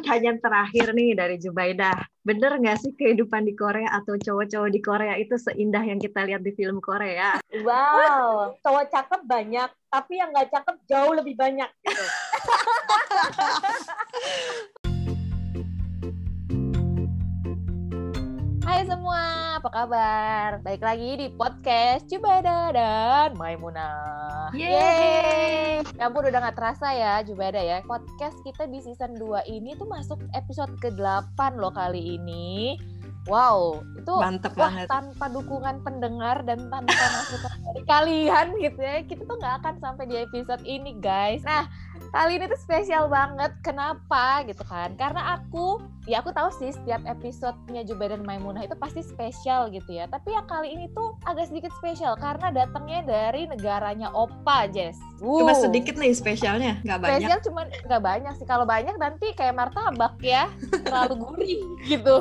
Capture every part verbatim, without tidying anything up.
pertanyaan terakhir nih dari Jubaidah. Bener nggak sih kehidupan di Korea atau cowok-cowok di Korea itu seindah yang kita lihat di film Korea? Wow, cowok cakep banyak, tapi yang nggak cakep jauh lebih banyak gitu. Hai semua, apa kabar? Balik lagi di podcast Jubaidah dan Maimunah. Yeay! Ya ampun, udah gak terasa ya Jubaidah ya. Podcast kita di season dua ini tuh masuk episode ke delapan loh kali ini. Wow, itu mantep wah, banget. Tanpa dukungan pendengar dan tanpa masukan dari kalian gitu ya, kita tuh gak akan sampai di episode ini guys. Nah, kali ini tuh spesial banget. Kenapa gitu kan? Karena aku, ya aku tahu sih setiap episodenya Jubaidah dan Maimunah itu pasti spesial gitu ya. Tapi yang kali ini tuh agak sedikit spesial karena datangnya dari negaranya Oppa, Jess. Uh. Cuma sedikit nih spesialnya, nggak banyak. Spesial cuma nggak banyak sih. Kalau banyak nanti kayak martabak ya, terlalu gurih gitu.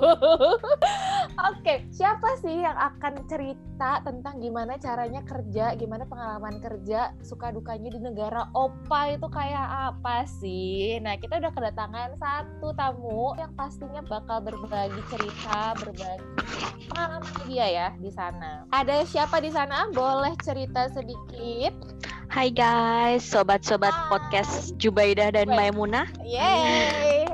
Oke, siapa sih yang akan cerita tentang gimana caranya kerja, gimana pengalaman kerja, suka dukanya di negara Oppa itu kayak apa sih? Nah, kita udah kedatangan satu tamu yang pastinya bakal berbagi cerita, berbagi pengalaman dia ya di sana. Ada siapa di sana? Boleh cerita sedikit? Hai guys, sobat-sobat Hai. podcast Jubaidah dan Maimunah. Yeay.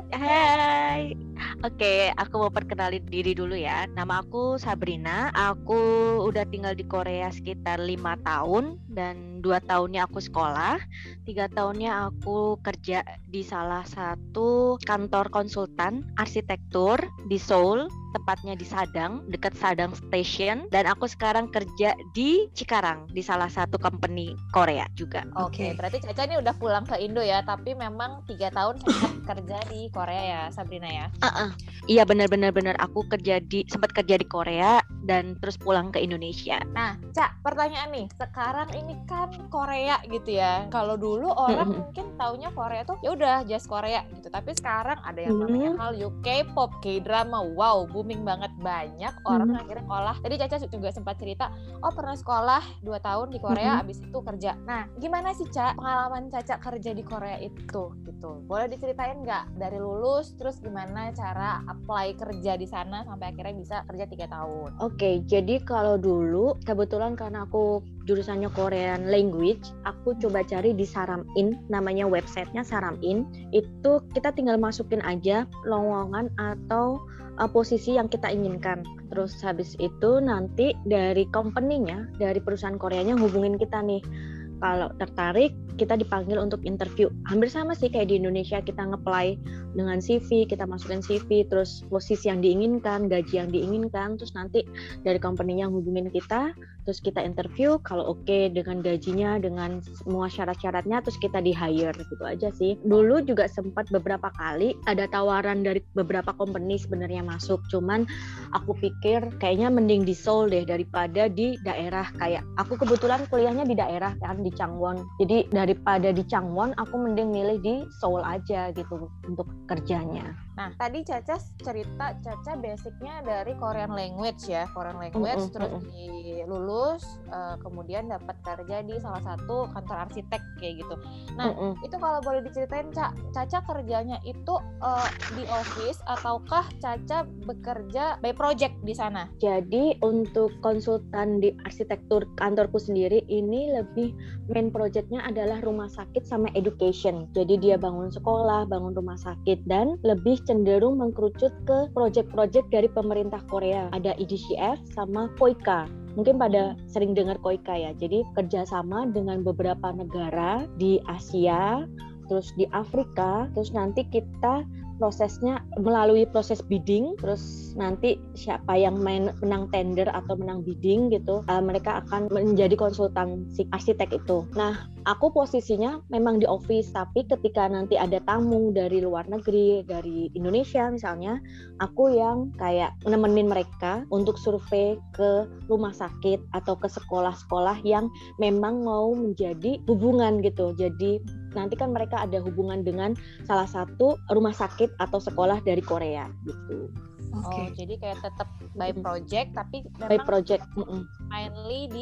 Hai. Oke, aku mau perkenalin diri dulu ya. Nama aku Sabrina. Aku udah tinggal di Korea sekitar lima tahun dan dua tahunnya aku sekolah. Tiga tahunnya aku kerja di salah satu kantor konsultan arsitektur di Seoul, tepatnya di Sadang, dekat Sadang Station. Dan aku sekarang kerja di Cikarang, di salah satu company Korea juga. Oke, okay. Berarti Caca ini udah pulang ke Indo ya, tapi memang tiga tahun sempat kerja di Korea ya, Sabrina ya? Uh-uh. Iya benar-benar benar aku kerja di sempat kerja di Korea dan terus pulang ke Indonesia. Nah, Cak, pertanyaan nih, sekarang ini kan Korea gitu ya. Kalau dulu orang mm-hmm. mungkin taunya Korea tuh ya udah just Korea gitu, tapi sekarang ada yang namanya mm-hmm. hal K-pop, K-drama, wow, booming banget, banyak orang mm-hmm. akhirnya sekolah. Tadi Caca juga sempat cerita, oh pernah sekolah dua tahun di Korea, mm-hmm. abis itu kerja. Nah, gimana sih Cak pengalaman Caca kerja di Korea itu gitu? Boleh diceritain nggak dari lulus terus gimana cara apply kerja di sana sampai akhirnya bisa kerja tiga tahun? Oke, okay, jadi kalau dulu kebetulan karena aku jurusannya Korean language, aku coba cari di Saramin, namanya websitenya Saramin. Itu kita tinggal masukin aja lowongan atau uh, posisi yang kita inginkan. Terus habis itu nanti dari company-nya, dari perusahaan Koreanya hubungin kita nih. Kalau tertarik, kita dipanggil untuk interview. Hampir sama sih kayak di Indonesia, kita nge-apply dengan C V, kita masukin C V, terus posisi yang diinginkan, gaji yang diinginkan, terus nanti dari company-nya hubungin kita, terus kita interview, kalau oke okay dengan gajinya, dengan semua syarat-syaratnya, terus kita di-hire, gitu aja sih. Dulu juga sempat beberapa kali ada tawaran dari beberapa company sebenarnya masuk, cuman aku pikir kayaknya mending di Seoul deh daripada di daerah, kayak aku kebetulan kuliahnya di daerah kan, di Changwon. Jadi daripada di Changwon, aku mending milih di Seoul aja gitu untuk kerjanya. Nah, tadi Caca cerita Caca basicnya dari Korean language ya, Korean language, mm-hmm. terus di lulus, uh, kemudian dapat kerja di salah satu kantor arsitek kayak gitu. Nah, mm-hmm. itu kalau boleh diceritain Ca, Caca kerjanya itu uh, di office ataukah Caca bekerja by project di sana? Jadi untuk konsultan di arsitektur kantorku sendiri ini lebih main projectnya adalah rumah sakit sama education. Jadi dia bangun sekolah, bangun rumah sakit, dan lebih cenderung mengkerucut ke project-project dari pemerintah Korea. Ada E D C F sama KOICA. Mungkin pada sering dengar KOICA ya. Jadi kerjasama dengan beberapa negara di Asia, terus di Afrika, terus nanti kita prosesnya melalui proses bidding, terus nanti siapa yang main, menang tender atau menang bidding gitu, uh, mereka akan menjadi konsultan si arsitek itu. Nah, aku posisinya memang di office, tapi ketika nanti ada tamu dari luar negeri, dari Indonesia misalnya, aku yang kayak nemenin mereka untuk survei ke rumah sakit atau ke sekolah-sekolah yang memang mau menjadi hubungan gitu. Jadi nanti kan mereka ada hubungan dengan salah satu rumah sakit atau sekolah dari Korea gitu. Okay. Oh, jadi kayak tetap by project, tapi by project, mainly di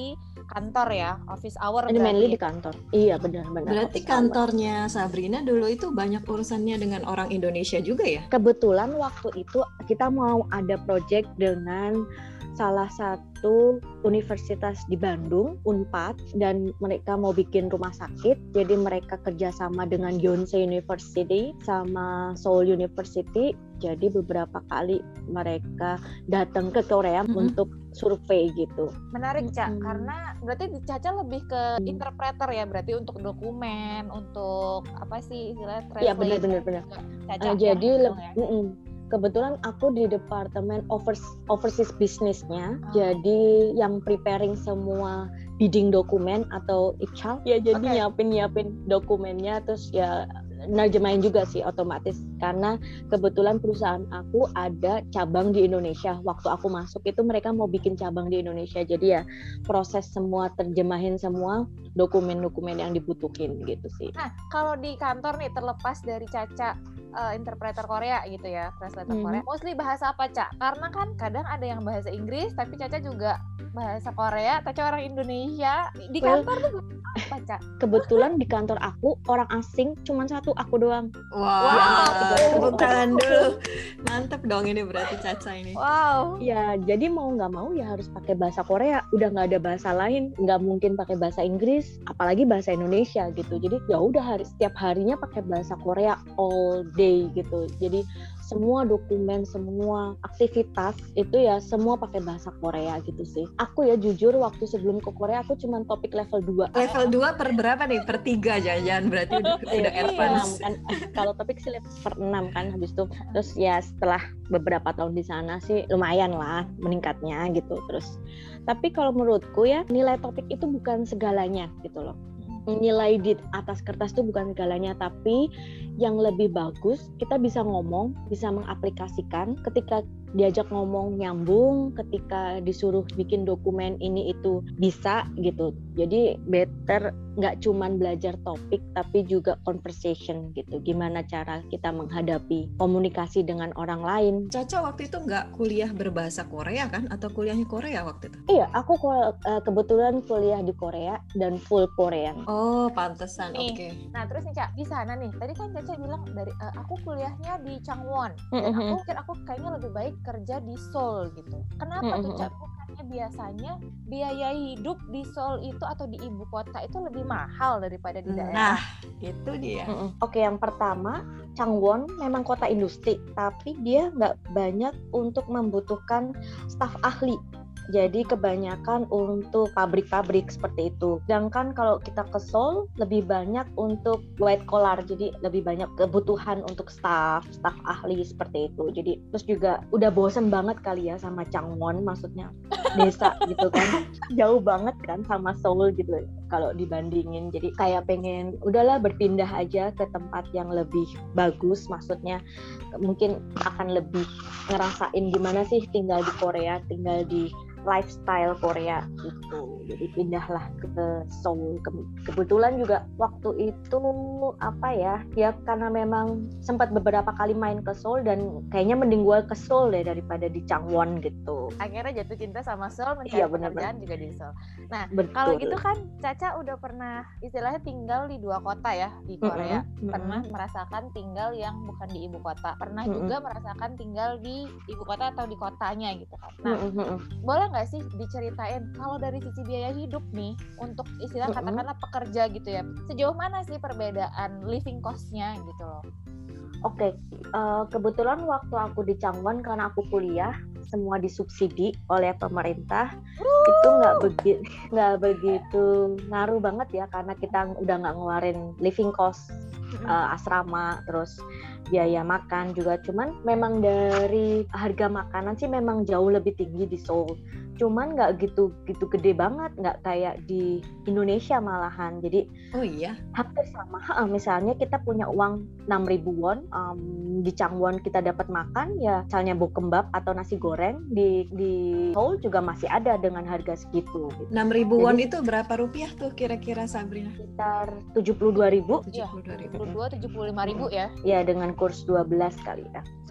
kantor ya, office hour. Ini mainly berarti. di kantor. Iya benar-benar. Berarti kantornya Sabrina dulu itu banyak urusannya dengan orang Indonesia juga ya? Kebetulan waktu itu kita mau ada project dengan salah satu universitas di Bandung, Unpad, dan mereka mau bikin rumah sakit. Jadi mereka kerjasama dengan Yonsei University sama Seoul University. Jadi beberapa kali mereka datang ke Korea mm-hmm. untuk survei gitu. Menarik, Cak, mm-hmm. karena berarti Caca lebih ke interpreter ya, berarti untuk dokumen, untuk apa sih istilahnya translate. Iya benar-benar benar. Caca uh, jadi lebih le- kebetulan aku di departemen overs- overseas business-nya, oh. jadi yang preparing semua bidding dokumen atau I C H A L, ya jadi okay. nyiapin-nyiapin dokumennya, terus ya nerjemahin juga sih otomatis, karena kebetulan perusahaan aku ada cabang di Indonesia. Waktu aku masuk itu mereka mau bikin cabang di Indonesia, jadi ya proses semua, terjemahin semua dokumen-dokumen yang dibutuhin gitu sih. Nah, kalau di kantor nih, terlepas dari Caca Uh, interpreter Korea gitu ya, translator mm-hmm. Korea. Mostly bahasa apa, Cak? Karena kan kadang ada yang bahasa Inggris, tapi Caca juga bahasa Korea, Caca orang Indonesia. Di kantor tuh apa, Cak? Kebetulan di kantor aku orang asing cuma satu, aku doang. Wow, tepuk tangan dulu. Mantep dong ini berarti Caca ini. Wow. Ya, jadi mau nggak mau ya harus pakai bahasa Korea. Udah nggak ada bahasa lain, nggak mungkin pakai bahasa Inggris, apalagi bahasa Indonesia gitu. Jadi ya udah hari setiap harinya pakai bahasa Korea all day gitu. Jadi semua dokumen, semua aktivitas itu ya semua pakai bahasa Korea gitu sih. Aku ya jujur waktu sebelum ke Korea aku cuma topik level dua. Level dua per berapa nih? Per tiga jangan berarti udah, udah advance. Kan, kalau topik sih level per enam kan habis itu. Terus ya setelah beberapa tahun di sana sih lumayan lah meningkatnya gitu. Terus tapi kalau menurutku ya nilai topik itu bukan segalanya gitu loh. Nilai di atas kertas itu bukan segalanya, tapi yang lebih bagus kita bisa ngomong, bisa mengaplikasikan. Ketika diajak ngomong nyambung, ketika disuruh bikin dokumen ini itu bisa gitu. Jadi better nggak cuman belajar topik tapi juga conversation gitu. Gimana cara kita menghadapi komunikasi dengan orang lain. Caca waktu itu nggak kuliah berbahasa Korea kan? Atau kuliahnya Korea waktu itu? Iya, aku kebetulan kuliah di Korea dan full Korean. Oh, pantesan. Oke. Okay. Nah, terus nih Cak, di sana nih. Tadi kan Caca bilang dari uh, aku kuliahnya di Changwon. Dan mm-hmm. aku pikir aku kayaknya lebih baik kerja di Seoul gitu. Kenapa mm-hmm. tuh Cak? Bukannya biasanya biaya hidup di Seoul itu atau di ibu kota itu lebih mahal daripada di daerah? Nah, itu dia. Mm-hmm. Oke, yang pertama, Changwon memang kota industri, tapi dia nggak banyak untuk membutuhkan staf ahli. Jadi kebanyakan untuk pabrik-pabrik seperti itu. Sedangkan kalau kita ke Seoul lebih banyak untuk white collar, jadi lebih banyak kebutuhan untuk staff, staff ahli seperti itu. Jadi terus juga udah bosen banget kali ya sama Changwon, maksudnya desa gitu kan, jauh banget kan sama Seoul gitu kalau dibandingin. Jadi kayak pengen udahlah berpindah aja ke tempat yang lebih bagus, maksudnya mungkin akan lebih ngerasain gimana sih tinggal di Korea, tinggal di lifestyle Korea gitu. Jadi pindahlah ke Seoul. Kebetulan juga waktu itu apa ya, ya karena memang sempat beberapa kali main ke Seoul dan kayaknya mending gue ke Seoul deh daripada di Changwon gitu. Akhirnya jatuh cinta sama Seoul, mencari iya, pekerjaan juga di Seoul. Nah, betul. Kalau gitu kan Caca udah pernah istilahnya tinggal di dua kota ya di Korea. Mm-hmm. Pernah mm-hmm. merasakan tinggal yang bukan di ibu kota. Pernah mm-hmm. juga merasakan tinggal di ibu kota atau di kotanya gitu kan. Nah, mm-hmm. boleh nggak sih diceritain kalau dari sisi biaya hidup nih untuk istilah mm-hmm. katakanlah pekerja gitu ya, sejauh mana sih perbedaan living cost-nya gitu loh? Oke, okay. uh, kebetulan waktu aku di Changwon karena aku kuliah semua disubsidi oleh pemerintah. Woo! Itu nggak begitu nggak begitu ngaruh banget ya karena kita udah nggak ngeluarin living cost, uh, asrama, terus biaya makan juga. Cuman memang dari harga makanan sih memang jauh lebih tinggi di Seoul. Cuman nggak gitu gitu gede banget, nggak kayak di Indonesia malahan. Jadi oh iya, hampir sama. Ha, misalnya kita punya uang enam ribu won, um, di Changwon kita dapat makan ya, misalnya bokkeumbap atau nasi goreng di di Seoul juga masih ada dengan harga segitu. Gitu. enam ribu won itu berapa rupiah tuh kira-kira Sabrina? Sekitar tujuh puluh dua ribu. tujuh puluh dua ribu. tujuh puluh dua, tujuh puluh lima ribu ya? Ya dengan kurs dua belas kali ya.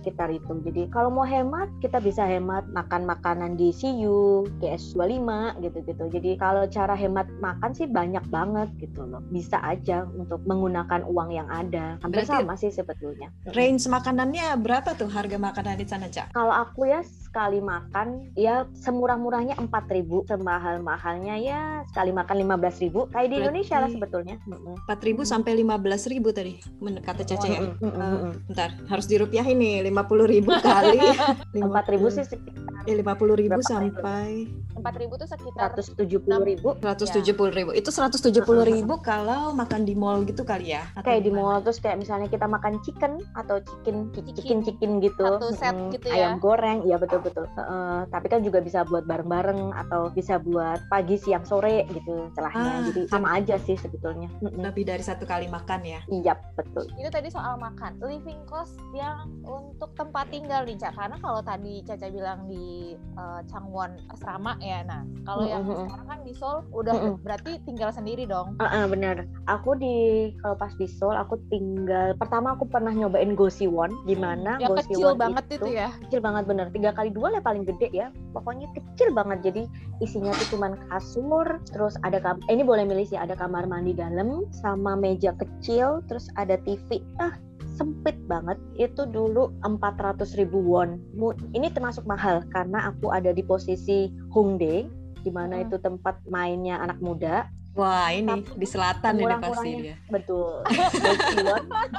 sekitar itu. Jadi kalau mau hemat, kita bisa hemat makan makanan di C U, G S dua puluh lima gitu-gitu. Jadi kalau cara hemat makan sih banyak banget gitu loh. Bisa aja untuk menggunakan uang yang ada. Hampir Berarti sama sih sebetulnya. range makanannya berapa tuh harga makanan di sana, Cak? Kalau aku ya sekali makan ya semurah-murahnya empat ribu, semahal-mahalnya ya sekali makan lima belas ribu. Kayak di Berarti Indonesia lah sebetulnya. empat ribu sampai lima belas ribu tadi kata Caca ya. Mm, mm, mm, Uh, mm. bentar, harus dirupiahin nih, lima puluh ribu kali empat ribu sih sekitar eh, lima puluh ribu berapa sampai empat ribu tuh sekitar seratus tujuh puluh ribu. seratus tujuh puluh ribu. Itu seratus tujuh puluh ribu kalau makan di mall gitu kali ya? Atau Kayak di gimana? mall, terus kayak misalnya kita makan chicken atau chicken chicken chicken gitu, Satu set Mm, gitu ya. ayam goreng, iya betul betul. Heeh, tapi kan juga bisa buat bareng-bareng atau bisa buat pagi siang sore gitu celahnya. Ah, Jadi sama aja sih sebetulnya. Mm-mm. Lebih dari satu kali makan ya? Iya betul. Itu tadi soal makan, living cost yang untuk tempat tinggal nih, Cak. Karena kalau tadi Caca bilang di uh, Changwon asrama ya, nah kalau yang Mm-mm. sekarang kan di Seoul udah Mm-mm. berarti tinggal sendiri dong. Uh-uh, bener. Aku di kalau pas di Seoul aku tinggal pertama aku pernah nyobain Gosiwon, di mana Yang Gosiwon kecil banget itu ya. kecil banget bener, tiga kali dua lah paling gede ya, pokoknya kecil banget. Jadi isinya tuh cuman kasur, terus ada kam- eh, ini boleh milih sih, ada kamar mandi dalam sama meja kecil, terus ada T V. Ah sempit banget. Itu dulu empat ratus ribu won. Mu- ini termasuk mahal karena aku ada di posisi Hongdae, di mana Hmm. itu tempat mainnya anak muda. Wah, ini Tapi di selatan ini pasti semurah-murahnya- dia. Betul. Gosiwon.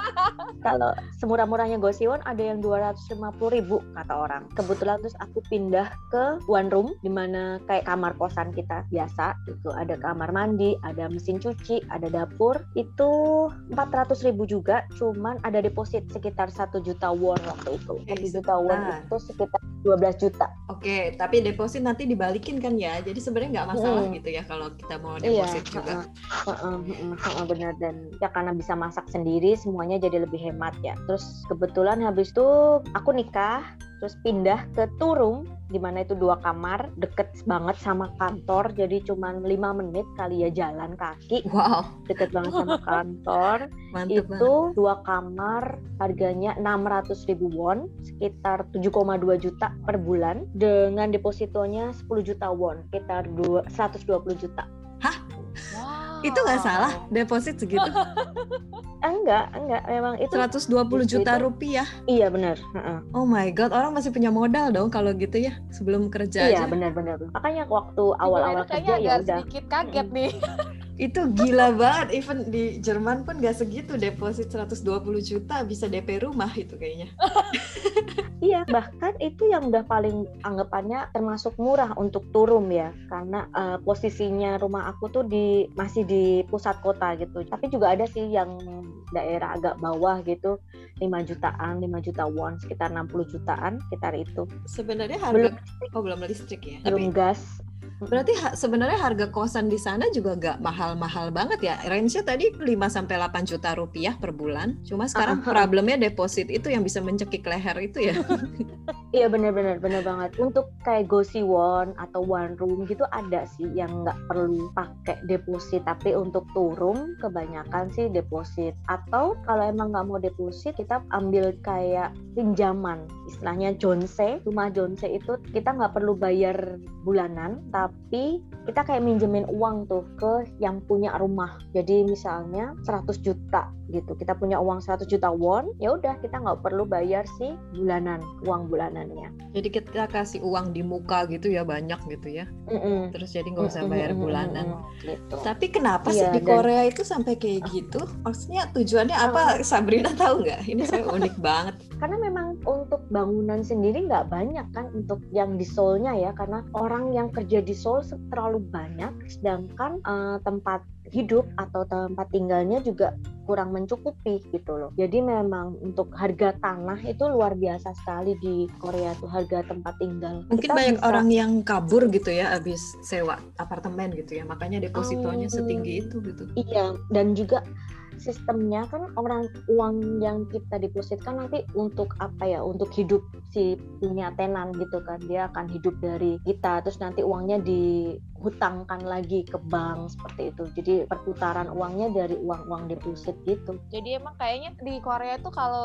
Kalau semurah-murahnya Gosiwon ada yang dua ratus lima puluh ribu kata orang. Kebetulan terus aku pindah ke one room, di mana kayak kamar kosan kita biasa. Itu ada kamar mandi, ada mesin cuci, ada dapur. Itu empat ratus ribu juga, cuman ada deposit sekitar satu juta won waktu itu. Eh, satu juta won sebentar. itu sekitar dua belas juta. Oke, tapi deposit nanti dibalikin kan ya? Jadi sebenarnya nggak masalah Hmm. gitu ya kalau kita mau Iya, deposit juga. heeh, heeh, heeh, benar. Dan ya karena bisa masak sendiri semuanya jadi lebih hemat ya. Terus kebetulan habis itu aku nikah, terus pindah ke Turung, di mana itu dua kamar, deket banget sama kantor, jadi cuman lima menit kali ya jalan kaki, Wow, deket banget sama kantor. mantep banget. Itu dua kamar harganya enam ratus ribu won, sekitar tujuh koma dua juta per bulan, dengan depositonya sepuluh juta won, sekitar dua- seratus dua puluh juta. Wow. Itu nggak salah deposit segitu? Enggak, enggak, memang itu seratus dua puluh Justru juta itu- rupiah. iya benar. Heeh. Oh my god, orang masih punya modal dong kalau gitu ya sebelum kerja Iya aja. benar-benar. Makanya waktu Ibu awal-awal Nena kayaknya kerja ya agak udah. sedikit kaget nih. Itu gila banget, even di Jerman pun gak segitu, deposit seratus dua puluh juta bisa D P rumah itu kayaknya. Iya, bahkan itu yang udah paling anggapannya termasuk murah untuk Turum ya, karena eh, posisinya rumah aku tuh di masih di pusat kota gitu. Tapi juga ada sih yang daerah agak bawah gitu, lima jutaan, lima juta won, sekitar enam puluh jutaan, sekitar itu. Sebenarnya Belum harga oh belum listrik ya. belum Tapi gas. berarti ha- sebenarnya harga kosan di sana juga gak mahal-mahal banget ya. Range-nya tadi lima sampai delapan juta rupiah per bulan. Cuma sekarang Ah, ah, ah. problemnya deposit itu yang bisa mencekik leher itu ya. Iya benar-benar benar banget. Untuk kayak Gosiwon atau one room gitu ada sih yang nggak perlu pakai deposit, tapi untuk Turum kebanyakan sih deposit. Atau kalau emang nggak mau deposit, kita ambil kayak pinjaman, istilahnya jonse. Rumah jonse itu kita nggak perlu bayar bulanan, tapi kita kayak minjemin uang tuh ke yang punya rumah. Jadi misalnya seratus juta gitu, kita punya uang seratus juta won, ya udah kita nggak perlu bayar sih bulanan, uang bulanannya. Jadi kita kasih uang di muka gitu ya, banyak gitu ya. Mm-mm. Terus jadi nggak usah bayar Mm-mm, bulanan. mm-mm, gitu. Tapi kenapa sih Iya, di dan- Korea itu sampai kayak gitu? Maksudnya tujuannya apa? Sabrina tahu nggak? Ini saya unik banget. Karena memang untuk bangunan sendiri nggak banyak kan untuk yang di Seoul-nya ya, karena orang yang kerja di Seoul terlalu banyak, sedangkan eh, tempat hidup atau tempat tinggalnya juga kurang mencukupi gitu loh. Jadi memang untuk harga tanah itu luar biasa sekali di Korea tuh, harga tempat tinggal. Mungkin Kita banyak bisa- orang yang kabur gitu ya abis sewa apartemen gitu ya. Makanya depositonya Oh. setinggi itu gitu. Iya, dan juga sistemnya kan orang uang yang kita depositkan nanti untuk apa ya, untuk hidup si punya tenan gitu kan, dia akan hidup dari kita, terus nanti uangnya dihutangkan lagi ke bank seperti itu. Jadi perputaran uangnya dari uang-uang deposit gitu. Jadi emang kayaknya di Korea tuh kalau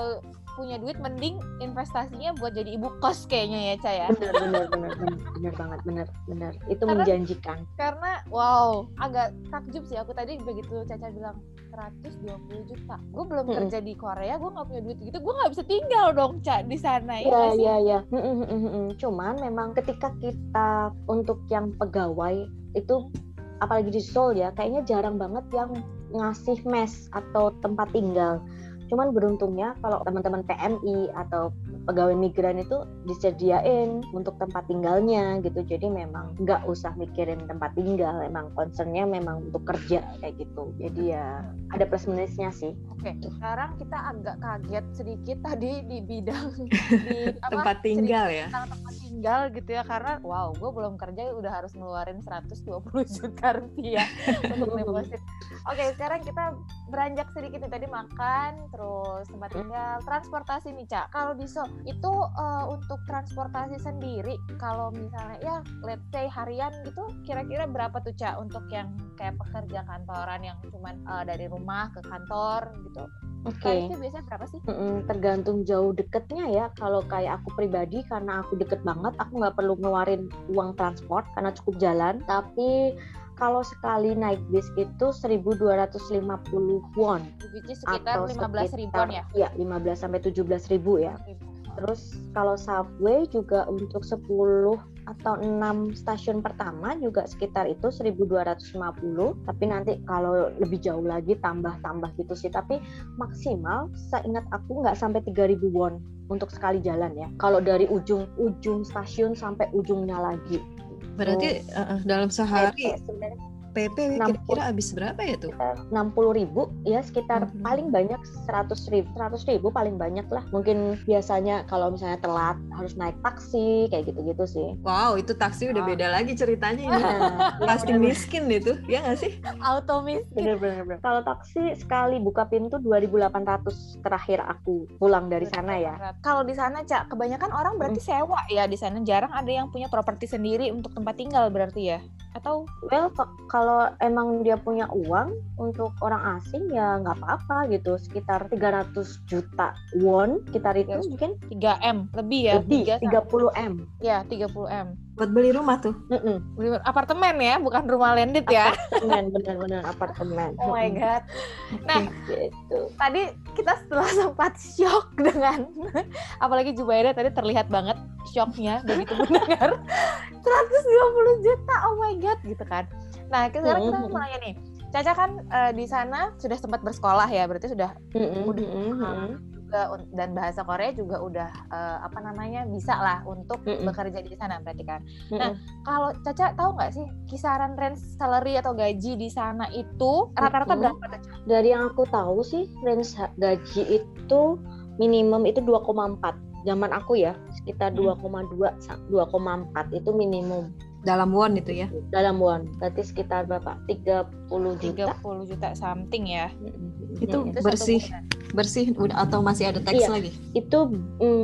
punya duit mending investasinya buat jadi ibu kos kayaknya ya, Ca ya. Benar benar benar benar benar banget, benar benar. Itu Karena- menjanjikan. Karena wow, agak takjub sih aku tadi begitu Caca bilang seratus dua puluh juta. Gue belum Mm-mm. kerja di Korea, gue nggak punya duit gitu, gue nggak bisa tinggal dong, Ca, di sana ya Iya nggak sih? iya iya. Mm, mm, mm, mm. Cuman memang ketika kita untuk yang pegawai itu apalagi di Seoul ya, kayaknya jarang banget yang ngasih mes atau tempat tinggal. Cuman beruntungnya kalau teman-teman P M I atau pegawai migran itu disediain untuk tempat tinggalnya gitu. Jadi memang nggak usah mikirin tempat tinggal, emang concernnya memang untuk kerja kayak gitu. Jadi ya ada plus minusnya sih. Oke, sekarang kita agak kaget sedikit tadi di bidang di apa, Tempat tinggal ya. tentang tempat tinggal gitu ya, karena wow, gue belum kerja udah harus ngeluarin seratus dua puluh juta rupiah untuk deposit. Oke, sekarang kita beranjak sedikit nih, tadi makan, terus tempat tinggal, transportasi nih, Ca. Kalau di Seoul itu uh, untuk transportasi sendiri, kalau misalnya ya let's say harian gitu, kira-kira berapa tuh, Ca, untuk yang kayak pekerja kantoran yang cuman uh, dari rumah ke kantor gitu? Oke. Tarifnya biasanya berapa sih? Mm-mm, tergantung jauh deketnya ya. Kalau kayak aku pribadi, karena aku deket banget, aku nggak perlu ngeluarin uang transport karena cukup jalan. Tapi kalau sekali naik bis itu seribu dua ratus lima puluh won Which is sekitar atau lima belas ribuan ya? Iya, lima belas sampai tujuh belas ribu ya. Terus kalau subway juga untuk sepuluh atau enam stasiun pertama juga sekitar itu seribu dua ratus lima puluh, tapi nanti kalau lebih jauh lagi tambah-tambah gitu sih. Tapi maksimal seingat aku nggak sampai tiga ribu won untuk sekali jalan ya. Kalau dari ujung ujung stasiun sampai ujungnya lagi. Berarti uh, dalam sehari Sebenarnya P P kira-kira habis berapa ya tuh? enam puluh ribu ya, sekitar Mhm. paling banyak seratus ribu seratus ribu paling banyak lah. Mungkin biasanya kalau misalnya telat harus naik taksi kayak gitu-gitu sih. Wow, itu taksi udah Ah. beda lagi ceritanya ini. Nah, Pasti miskin itu, ya nggak sih? Auto miskin. bener-bener. Kalau taksi sekali buka pintu dua ribu delapan ratus terakhir aku pulang dari sana ya. Kalau di sana, Ca, kebanyakan orang berarti sewa ya di sana. Jarang ada yang punya properti sendiri untuk tempat tinggal berarti ya? Atau Well, k- kalau emang dia punya uang untuk orang asing ya nggak apa-apa gitu. Sekitar tiga ratus juta won, sekitar itu mungkin tiga M lebih ya? lebih, tiga tiga puluh M. Ya, tiga puluh M. Buat beli rumah tuh. Mm-mm. Beli apartemen ya, bukan rumah landed ya. Apartemen, bener-bener apartemen. Oh my god. Nah, Gitu. tadi kita setelah sempat shock dengan apalagi Jubaida tadi terlihat banget shocknya begitu mendengar seratus dua puluh juta, oh my god gitu kan. Nah, sekarang kita mau nanya nih, Caca kan uh, di sana sudah sempat bersekolah ya, berarti sudah Mm-mm, udah mm-mm, mm-mm. juga un- dan bahasa Korea juga udah uh, apa namanya bisa lah untuk Mm-mm. bekerja di sana berarti kan. Mm-mm. Nah, kalau Caca tahu nggak sih kisaran range salary atau gaji di sana itu rata-rata Mm-mm. berapa, Caca? Dari yang aku tahu sih range ha- gaji itu minimum itu dua koma empat. Zaman aku ya sekitar dua koma dua dua koma empat itu minimum Dalam won itu ya. dalam won. Berarti sekitar berapa? tiga puluh tiga juta. puluh juta something ya. Mm-mm. Itu Mm-mm. Itu satu bersih, bulan. bersih udah atau masih ada teks Iya. lagi? Itu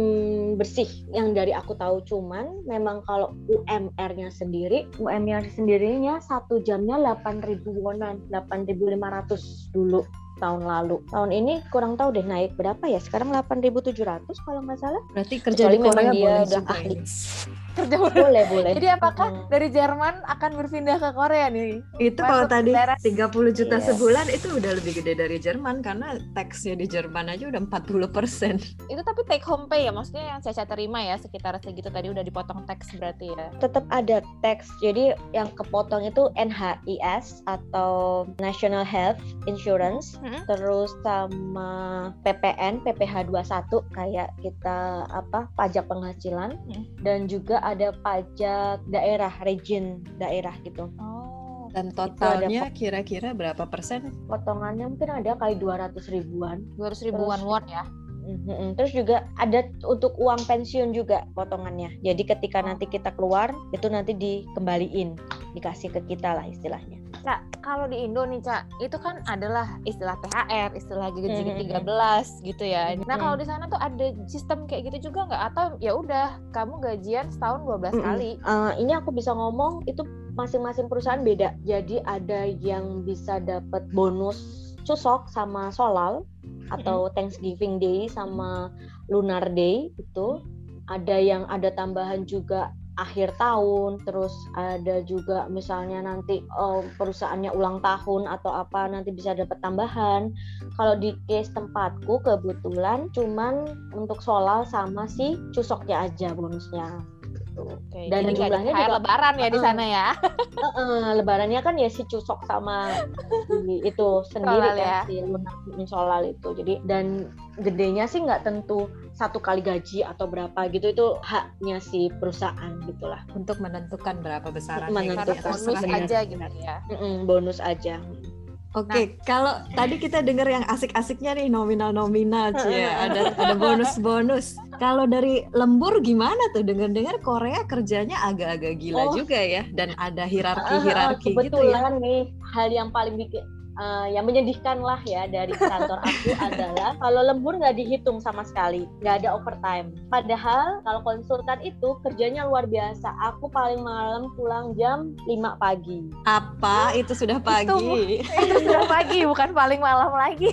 mm, bersih yang dari aku tahu. Cuman memang kalau U M R-nya sendiri, U M R sendirinya satu jamnya delapan ribu wonan, delapan ribu lima ratus dulu tahun lalu. Tahun ini kurang tahu deh naik berapa ya. Sekarang delapan ribu tujuh ratus kalau nggak salah. Berarti kerja Kecuali di Korea memang dia boleh udah juga ahli. ini. Kerja udah. Boleh, boleh. Jadi apakah Mm. dari Jerman akan berpindah ke Korea nih? Itu Masuk kalau tadi daerah- tiga puluh juta Iya. sebulan itu udah lebih gede dari Jerman karena teksnya di Jerman aja udah empat puluh persen. Itu tapi take home pay ya, maksudnya yang Caca terima ya sekitar segitu tadi udah dipotong teks berarti ya. Tetap ada tax. Jadi yang kepotong itu N H I S atau National Health Insurance, Mm-mm. terus sama P P N, P P H dua puluh satu kayak kita apa pajak penghasilan, Mm. dan juga ada pajak daerah, region daerah gitu. Oh. Dan ada totalnya kira-kira berapa persen? Potongannya mungkin ada kali dua ratus ribuan. dua ratus ribuan Terus- won ya. Mm-mm. Terus juga ada untuk uang pensiun juga potongannya. Jadi ketika nanti kita keluar itu nanti dikembaliin, dikasih ke kita lah istilahnya. Cak, kalau di Indo nih, Cak, itu kan adalah istilah T H R, istilah gaji Mhm. tiga belas gitu ya. Nah, Mhm. kalau di sana tuh ada sistem kayak gitu juga nggak? Atau ya udah kamu gajian setahun dua belas Mm-mm. kali? Eh, ini aku bisa ngomong itu masing-masing perusahaan beda. Jadi ada yang bisa dapat bonus Chuseok sama Solal atau Thanksgiving Day sama Lunar Day itu, ada yang ada tambahan juga akhir tahun, terus ada juga misalnya nanti oh, perusahaannya ulang tahun atau apa nanti bisa dapat tambahan. Kalau di case tempatku kebetulan cuman untuk Solal sama si Cusoknya aja bonusnya. Oke, dan jadi jumlahnya kayak juga lebaran ya di sana ya. uh, uh, lebarannya kan ya si Cusok sama si itu sendiri Solal kan ya. si Lunar Solal itu. Jadi dan gedenya sih nggak tentu satu kali gaji atau berapa gitu, itu haknya si perusahaan gitulah. Untuk menentukan berapa besarannya. Menentukan. Karena gitu ya, bonus terserah. aja gitu ya. Mm-mm, bonus aja. Oke, kalau tadi kita dengar yang asik-asiknya nih nominal-nominal, cie, ada ada bonus-bonus. Kalau dari lembur gimana tuh? Dengar-dengar Korea kerjanya agak-agak gila Oh. juga ya, dan ada Ah, hierarki-hierarki gitu ya. kebetulan nih hal yang paling bikin uh, yang menyedihkan lah ya dari kantor aku adalah kalau lembur nggak dihitung sama sekali, nggak ada overtime. Padahal kalau konsultan itu kerjanya luar biasa. Aku paling malam pulang jam lima pagi. Apa itu sudah pagi? Itu sudah pagi, bukan paling malam lagi.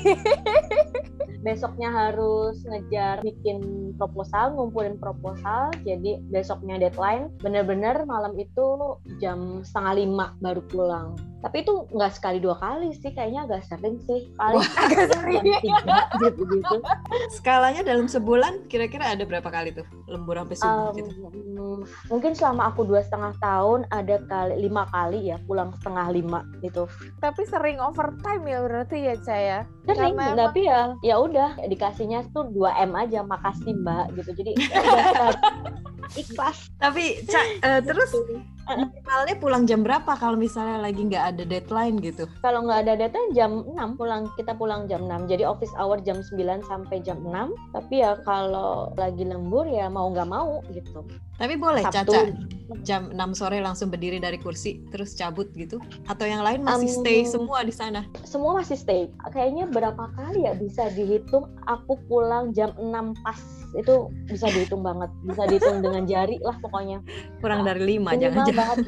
Besoknya harus ngejar bikin proposal, ngumpulin proposal. Jadi besoknya deadline. Bener-bener malam itu jam setengah lima baru pulang. Tapi itu nggak sekali dua kali sih, kayaknya agak sering sih. Paling Agak sering. jam tiga gitu gitu. Skalanya dalam sebulan kira-kira ada berapa kali tuh lembur sampai subuh Um, gitu? mungkin selama aku dua setengah tahun ada kali lima kali ya pulang setengah lima gitu. Tapi sering overtime ya berarti ya, saya. Sering, Karena emang- tapi ya ya udah dikasihnya tuh dua M aja, makasih Mbak gitu. Jadi udah ikhlas. Tapi Cak, eh, terus minimalnya pulang jam berapa kalau misalnya lagi nggak ada deadline gitu? Kalau nggak ada deadline jam enam pulang, kita pulang jam enam. Jadi office hour jam sembilan sampai jam enam. Tapi ya kalau lagi lembur ya mau nggak mau gitu. Tapi boleh Sabtu. Caca jam enam sore langsung berdiri dari kursi terus cabut gitu? Atau yang lain masih Um, stay semua di sana? Semua masih stay. Kayaknya berapa kali ya bisa dihitung aku pulang jam enam pas. Itu bisa dihitung banget. Bisa dihitung dengan jari lah pokoknya. Kurang dari lima Minimal jangan-jangan. banget.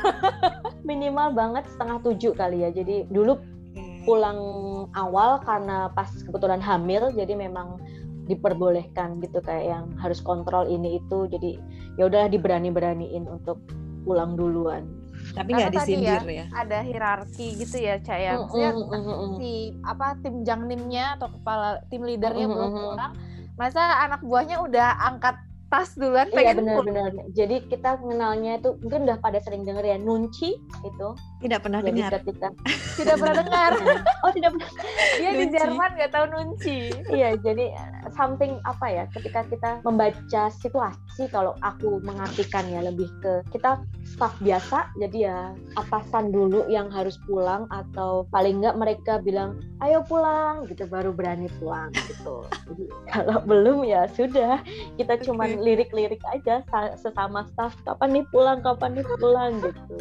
Minimal banget setengah tujuh kali ya. Jadi dulu pulang awal karena pas kebetulan hamil, jadi memang diperbolehkan gitu, kayak yang harus kontrol ini itu. Jadi ya udahlah diberani-beraniin untuk pulang duluan. Tapi nggak Karena tadi disindir ya? ada hierarki gitu ya, Cak ya. Maksudnya si apa tim jangnimnya atau kepala tim leadernya belum pulang, masa anak buahnya udah angkat tas duluan Iya pengen pulang. benar-benar. Jadi kita mengenalnya itu mungkin udah pada sering denger ya, nunci itu. Tidak pernah Jadi dengar. ketika Tidak pernah dengar. oh tidak pernah. Dia di Nunci. Jerman nggak tahu nunci. Iya, jadi something apa ya, ketika kita membaca situasi, kalau aku mengartikan ya lebih ke kita staff biasa, jadi ya atasan dulu yang harus pulang, atau paling nggak mereka bilang ayo pulang gitu baru berani pulang gitu. Jadi kalau belum ya sudah, kita cuman Oke. lirik-lirik aja sa- sesama staff, kapan nih pulang, kapan nih pulang gitu.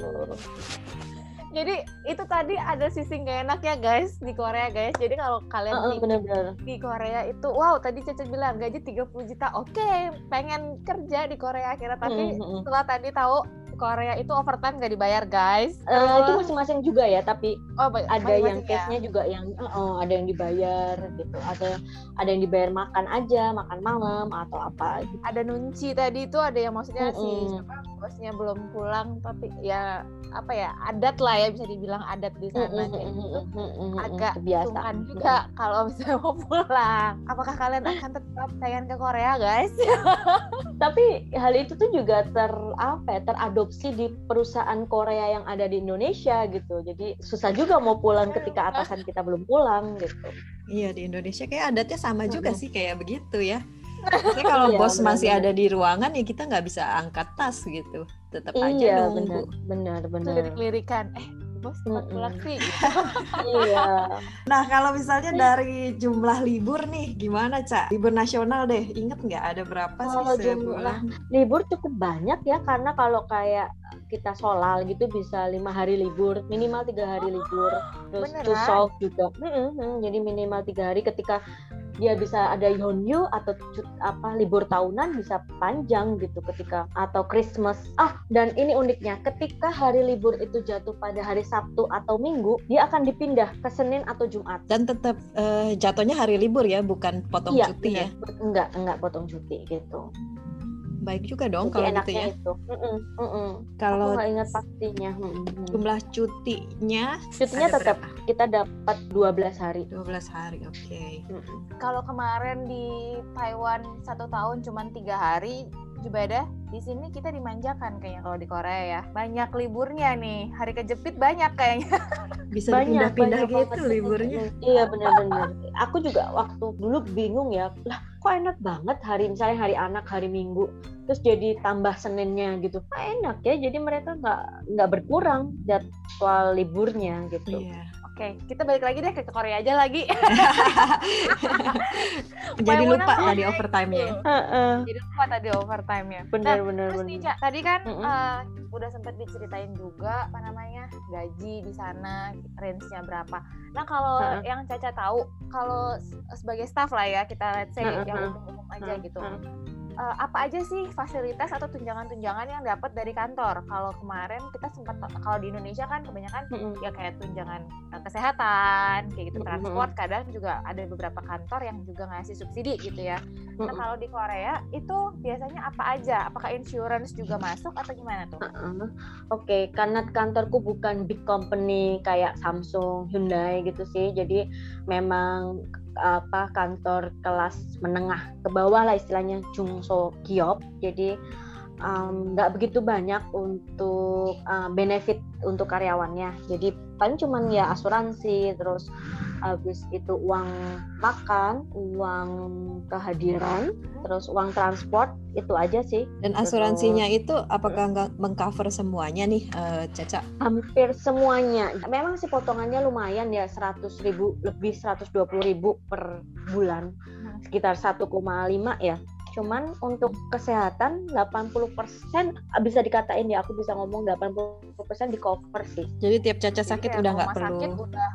Jadi itu tadi ada sisi nggak enaknya guys di Korea guys. Jadi kalau kalian Heeh, di, bener-bener. di Korea itu, wow tadi Cece bilang gaji tiga puluh juta, oke pengen kerja di Korea akhirnya, tapi Mm, mm, mm. setelah tadi tahu Korea itu overtime nggak dibayar guys. Eh, itu Terus- masing-masing juga ya, tapi oh, ba- ada yang masing-masing ya. case-nya juga yang uh, uh, ada yang dibayar gitu, ada ada yang dibayar makan aja, makan malam atau apa gitu. Ada nunci tadi itu, ada yang maksudnya si Mm-mm. siapa bosnya belum pulang, tapi ya apa ya, adat lah ya, bisa dibilang adat di sana kayak gitu. Agak kebiasaan sungkan juga kalau misalnya mau pulang. Apakah kalian akan tetap pengen ke Korea guys? Tapi hal itu tuh juga ter apa ya, teradopsi di perusahaan Korea yang ada di Indonesia gitu. Jadi susah juga mau pulang ketika atasan kita belum pulang gitu. Iya, di Indonesia kayak adatnya sama juga Mm-mm. sih kayak begitu ya. Maksudnya kalau Iya, bos masih benar-benar. ada di ruangan ya kita nggak bisa angkat tas gitu. Tetap aja Iya, nunggu. benar, benar, Itu benar. lirik-lirikan, eh bos cepat Mm-mm. pulang sih. Iya. Nah, kalau misalnya dari jumlah libur nih, gimana, Cak? Libur nasional deh, inget nggak ada berapa Kalau sih jumlah sebulan? libur cukup banyak ya, karena kalau kayak kita solal gitu bisa lima hari libur, minimal tiga hari libur. Terus beneran? Tusok juga, Mm-mm, mm, jadi minimal tiga hari. Ketika dia bisa ada Yeonyu atau cut, apa libur tahunan bisa panjang gitu ketika atau Christmas. Ah, dan ini uniknya, ketika hari libur itu jatuh pada hari Sabtu atau Minggu, dia akan dipindah ke Senin atau Jumat. Dan tetap uh, jatuhnya hari libur ya, bukan potong iya, cuti bener. ya? Enggak, enggak potong cuti gitu. Baik juga dong Jadi kalau gitu enaknya ya. Itu. Mm-mm, mm-mm. Kalau aku nggak ingat pastinya. Mm-mm. jumlah cutinya Cutinya ada tetap berapa? kita dapat dua belas hari. dua belas hari, oke. Okay. Kalau kemarin di Taiwan satu tahun cuma tiga hari, Jubaidah, di sini kita dimanjakan kayaknya kalau di Korea ya. Banyak liburnya nih, hari kejepit banyak kayaknya. Bisa banyak, dipindah-pindah banyak gitu banget. liburnya. Iya benar-benar. Aku juga waktu dulu bingung ya, lah kok enak banget hari misalnya hari anak hari Minggu, terus jadi tambah Seninnya gitu. Nah, enak ya, jadi mereka nggak nggak berkurang jadwal liburnya gitu. Iya. Oke, kita balik lagi deh ke Korea aja lagi. Jadi lupa Maimunah tadi overtime-nya. Uh-uh. Jadi lupa tadi overtime-nya. Bener, nah, bener, terus bener. nih, Ca, tadi kan Mm-mm. uh, udah sempat diceritain juga apa namanya gaji di sana, range-nya berapa. Nah, kalau Uh-uh. yang Caca tahu, kalau sebagai staff lah ya, kita let's say Uh-uh. yang umum-umum aja Uh-uh. gitu. Uh, apa aja sih fasilitas atau tunjangan-tunjangan yang dapat dari kantor? Kalau kemarin kita sempat, kalau di Indonesia kan kebanyakan Mm-mm. ya kayak tunjangan uh, kesehatan, kayak gitu, Mm-mm. transport, kadang juga ada beberapa kantor yang juga ngasih subsidi gitu ya. Nah, kalau di Korea itu biasanya apa aja? Apakah insurance juga masuk atau gimana tuh? Uh-uh. Oke, okay, karena kantorku bukan big company kayak Samsung, Hyundai gitu sih. Jadi memang apa kantor kelas menengah ke bawah lah istilahnya, jungso giop. Jadi nggak um, begitu banyak untuk uh, benefit untuk karyawannya. Jadi paling cuman ya asuransi, terus habis itu uang makan, uang kehadiran, terus uang transport, itu aja sih. Dan asuransinya terus, itu apakah nggak mengcover semuanya nih, uh, Caca? Hampir semuanya. Memang sih potongannya lumayan ya, seratus ribu lebih, seratus dua puluh ribu per bulan, sekitar satu koma lima ya. Cuman untuk kesehatan delapan puluh persen bisa dikatain ya, aku bisa ngomong delapan puluh persen di cover sih. Jadi tiap Caca sakit Jadi, udah nggak perlu sakit udah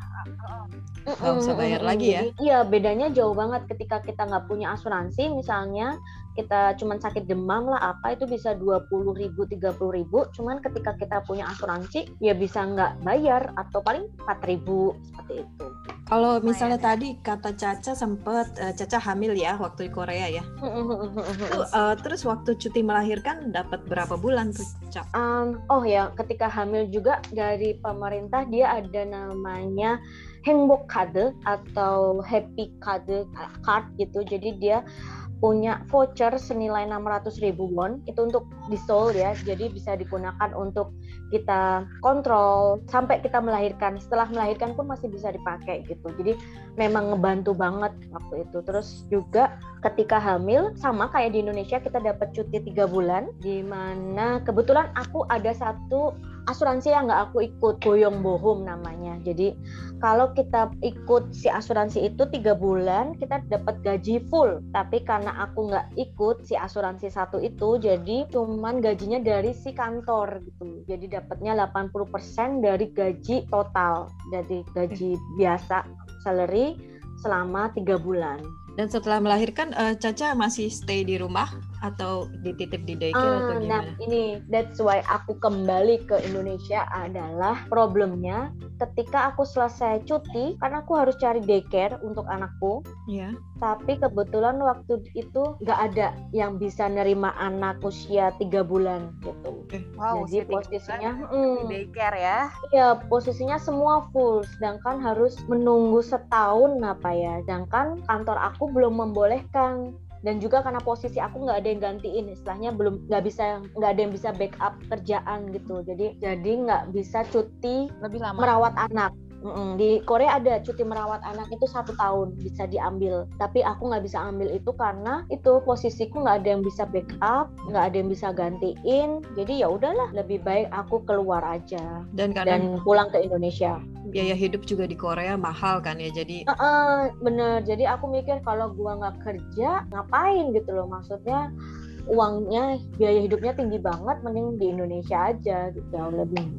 nggak usah bayar lagi ya? Iya, bedanya jauh banget ketika kita nggak punya asuransi, misalnya kita cuman sakit demam lah apa, itu bisa dua puluh ribu, tiga puluh ribu. Cuman ketika kita punya asuransi ya bisa nggak bayar atau paling empat ribu, seperti itu. Kalau misalnya tadi kata Caca sempet uh, Caca hamil ya waktu di Korea ya. Tuh, uh, terus waktu cuti melahirkan dapat berapa bulan tuh, Caca? Um, oh ya, ketika hamil juga dari pemerintah dia ada namanya Hengbok Card atau Happy Card card gitu. Jadi dia punya voucher senilai enam ratus ribu won, itu untuk di Seoul ya, jadi bisa digunakan untuk kita kontrol sampai kita melahirkan. Setelah melahirkan pun masih bisa dipakai gitu, jadi memang ngebantu banget waktu itu. Terus juga ketika hamil sama kayak di Indonesia, kita dapat cuti tiga bulan, di mana kebetulan aku ada satu asuransi yang nggak aku ikut, Boyong Bohum namanya. Jadi kalau kita ikut si asuransi itu tiga bulan kita dapat gaji full, tapi karena aku nggak ikut si asuransi satu itu, jadi cuman gajinya dari si kantor gitu. Jadi dapatnya delapan puluh persen dari gaji total, dari gaji biasa salary selama tiga bulan. Dan setelah melahirkan, uh, Caca masih stay di rumah atau dititip di daycare uh, atau gimana? Nah ini, that's why aku kembali ke Indonesia adalah problemnya ketika aku selesai cuti, karena aku harus cari daycare untuk anakku. Iya. Yeah. Tapi kebetulan waktu itu nggak ada yang bisa nerima anak usia tiga bulan gitu. Wow, jadi posisinya mm, daycare ya? Iya, posisinya semua full, sedangkan harus menunggu setahun apa ya. Sedangkan kantor aku belum membolehkan. Dan juga karena posisi aku nggak ada yang gantiin, istilahnya belum nggak bisa nggak ada yang bisa backup kerjaan gitu. Jadi jadi nggak bisa cuti lebih lama merawat anak. Mm-mm. Di Korea ada cuti merawat anak itu satu tahun bisa diambil, tapi aku nggak bisa ambil itu karena itu posisiku nggak ada yang bisa backup, nggak ada yang bisa gantiin. Jadi ya udahlah, lebih baik aku keluar aja dan, dan pulang ke Indonesia. Biaya hidup juga di Korea mahal kan ya, jadi uh-uh, bener. Jadi aku mikir kalau gua nggak kerja ngapain gitu loh, maksudnya uangnya biaya hidupnya tinggi banget, mending di Indonesia aja gitu, jauh lebih murah.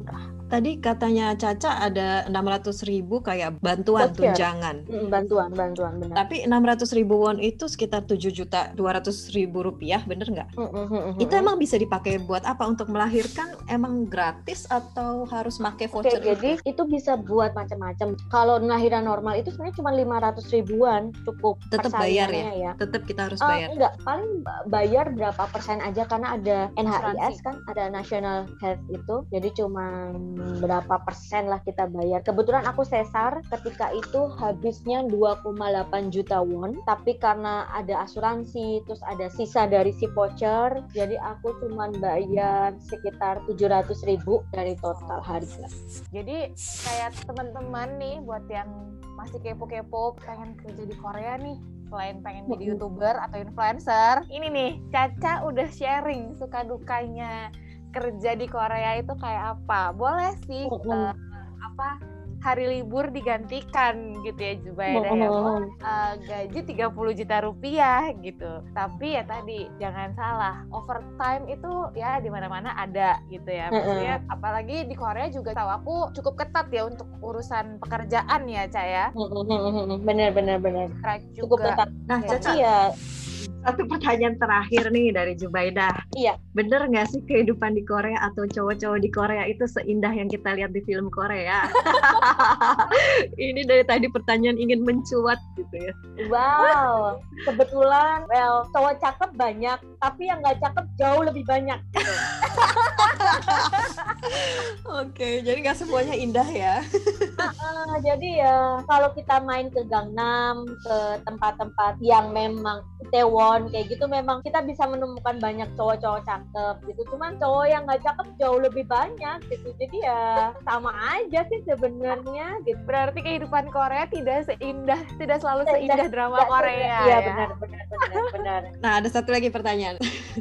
tadi katanya Caca ada enam ratus ribu kayak bantuan Voucher. tunjangan. Mm, bantuan, bantuan benar. Tapi enam ratus ribu won itu sekitar tujuh juta dua ratus ribu rupiah, bener nggak? Mm, mm, mm, mm, Itu emang bisa dipakai buat apa? Untuk melahirkan emang gratis atau harus pakai Oke, voucher? jadi itu bisa buat macam-macam. Kalau lahiran normal itu sebenarnya cuma lima ratus ribuan cukup. Tetap bayar ya? persalinannya ya. Tetap kita harus Uh, bayar. enggak, paling bayar berapa persen aja karena ada N H I S Asuransi. kan, ada National Health itu. Jadi cuma berapa persen lah kita bayar. Kebetulan aku sesar ketika itu habisnya dua koma delapan juta won, tapi karena ada asuransi terus ada sisa dari si voucher, jadi aku cuma bayar sekitar tujuh ratus ribu dari total harga. Jadi kayak teman-teman nih buat yang masih kepo-kepo pengen kerja di Korea nih, selain pengen jadi YouTuber atau influencer, ini nih Caca udah sharing suka dukanya kerja di Korea itu kayak apa. Boleh sih uh, apa hari libur digantikan gitu ya Jubaida ya, oh, uh, gaji tiga puluh juta rupiah gitu. Tapi ya tadi jangan salah, overtime itu ya di mana-mana ada gitu ya. Maksudnya apalagi di Korea juga tahu aku cukup ketat ya untuk urusan pekerjaan ya Ca ya. Bener bener bener. Strike Cukup juga. ketat. Nah, Ya. Caca, Ya, satu pertanyaan terakhir nih dari Jubaidah. iya. Bener nggak sih kehidupan di Korea atau cowok-cowok di Korea itu seindah yang kita lihat di film Korea? Ini dari tadi pertanyaan ingin mencuat gitu ya. Wow, kebetulan, well, cowok cakep banyak, tapi yang nggak cakep jauh lebih banyak. Gitu. Oke, jadi nggak semuanya indah ya. Uh, jadi ya, kalau kita main ke Gangnam, ke tempat-tempat yang memang Itaewon kayak gitu, memang kita bisa menemukan banyak cowok-cowok cakep gitu. Cuman cowok yang nggak cakep jauh lebih banyak gitu. Jadi ya sama aja sih sebenarnya gitu. Berarti kehidupan Korea tidak seindah, tidak selalu Tidak- seindah drama Nggak- Korea Iya ya. benar, benar, benar, benar. Nah, ada satu lagi pertanyaan.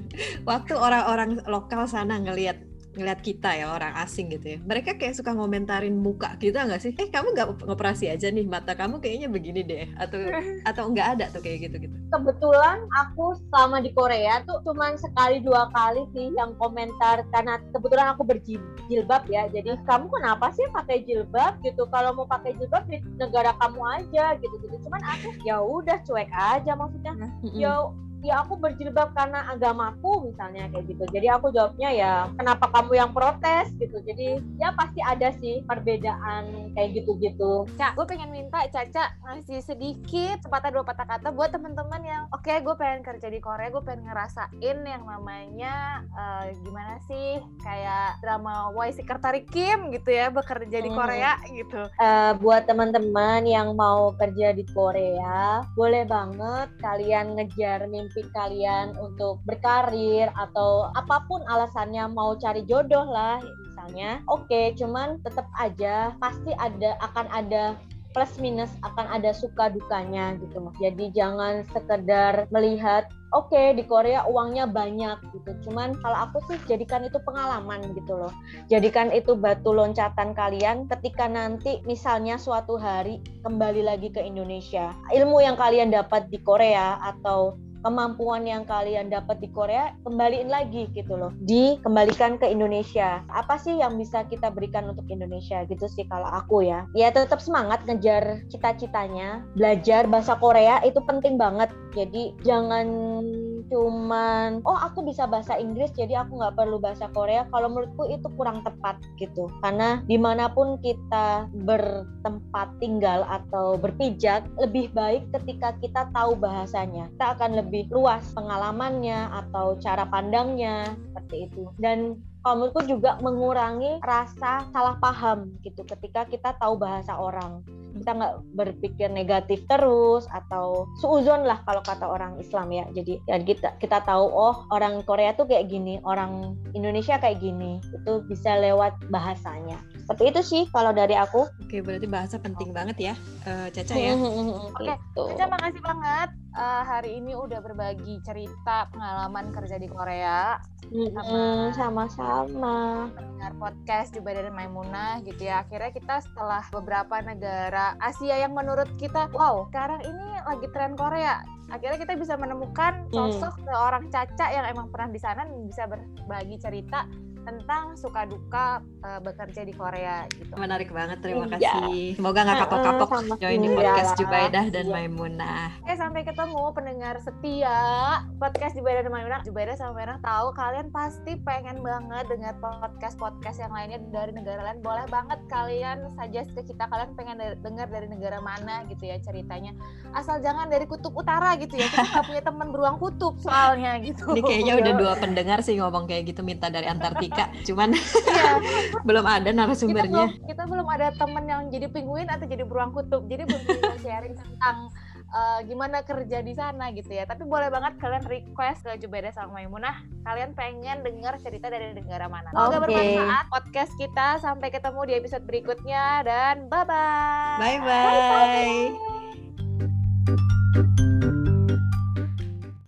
Waktu orang-orang lokal sana ngelihat ngelihat kita ya, orang asing gitu ya, mereka kayak suka ngomentarin muka kita nggak sih? Eh, kamu nggak ngoperasi aja nih, mata kamu kayaknya begini deh, atau atau nggak ada tuh kayak gitu-gitu? Kebetulan aku selama di Korea tuh cuman sekali dua kali sih yang komentar, karena kebetulan aku berjilbab ya, jadi kamu kenapa sih pakai jilbab gitu, kalau mau pakai jilbab di negara kamu aja gitu gitu. Cuman aku ya udah cuek aja, maksudnya ya ya aku berjilbab karena agamaku misalnya kayak gitu. Jadi aku jawabnya ya kenapa kamu yang protes gitu. Jadi ya pasti ada sih perbedaan kayak gitu-gitu. Cak, gue pengen minta Caca ngasih sedikit sepatah dua patah kata buat teman-teman yang oke okay, gue pengen kerja di Korea, gue pengen ngerasain yang namanya uh, gimana sih kayak drama Y Secretary Kim gitu ya, bekerja di Korea hmm. gitu. Uh, buat teman-teman yang mau kerja di Korea, boleh banget kalian ngejar mimpi kalian untuk berkarir atau apapun alasannya, mau cari jodoh lah misalnya. Oke, okay, cuman tetap aja pasti ada akan ada plus minus, akan ada suka dukanya gitu mas. Jadi jangan sekedar melihat oke okay, di Korea uangnya banyak gitu. Cuman kalau aku sih jadikan itu pengalaman gitu loh. Jadikan itu batu loncatan kalian ketika nanti misalnya suatu hari kembali lagi ke Indonesia. Ilmu yang kalian dapat di Korea atau kemampuan yang kalian dapat di Korea kembaliin lagi gitu loh, dikembalikan ke Indonesia. Apa sih yang bisa kita berikan untuk Indonesia gitu sih kalau aku ya. Ya tetap semangat ngejar cita-citanya. Belajar bahasa Korea itu penting banget. Jadi jangan cuman oh aku bisa bahasa Inggris jadi aku nggak perlu bahasa Korea. Kalau menurutku itu kurang tepat gitu. Karena dimanapun kita bertempat tinggal atau berpijak, lebih baik ketika kita tahu bahasanya. Kita akan lebih lebih luas pengalamannya atau cara pandangnya seperti itu. Dan kalau menurutku juga mengurangi rasa salah paham gitu ketika kita tahu bahasa orang. Kita nggak berpikir negatif terus atau suuzon lah kalau kata orang Islam ya. Jadi ya kita kita tahu oh orang Korea tuh kayak gini, orang Indonesia kayak gini. Itu bisa lewat bahasanya. Seperti itu sih kalau dari aku. Oke, berarti bahasa penting banget ya, uh, Caca ya. Oke, Caca makasih banget uh, hari ini udah berbagi cerita pengalaman kerja di Korea. Mm-hmm, sama-sama. Dengar podcast Jubaida dan Maimunah gitu ya. Akhirnya kita setelah beberapa negara Asia yang menurut kita, wow, sekarang ini lagi tren Korea. Akhirnya kita bisa menemukan sosok hmm. seorang Caca yang emang pernah di sana dan bisa berbagi cerita tentang suka duka uh, bekerja di Korea gitu. Menarik banget, terima Iya. kasih. Semoga nggak kapok-kapok sama join di iya. podcast Jubaidah dan Iya. Maimunah. Oke, sampai ketemu pendengar setia podcast Jubaidah dan Maimunah. Jubaidah sama Maimunah tahu kalian pasti pengen banget dengar podcast-podcast yang lainnya dari negara lain. Boleh banget kalian suggest ke kita, kalian pengen de- dengar dari negara mana gitu ya ceritanya. Asal jangan dari kutub utara gitu ya. Kita nggak punya teman beruang kutub soalnya gitu. Ini kayaknya udah dua pendengar sih ngomong kayak gitu, minta dari Antartika. Cuman Iya. belum ada kita narasumbernya. belum kita belum ada temen yang jadi penguin atau jadi beruang kutub, jadi belum bisa sharing tentang uh, gimana kerja di sana gitu ya. Tapi boleh banget kalian request ke Jubaidah sama Maimunah, kalian pengen dengar cerita dari negara mana. Semoga Oke. bermanfaat podcast kita. Sampai ketemu di episode berikutnya dan bye bye. Bye bye.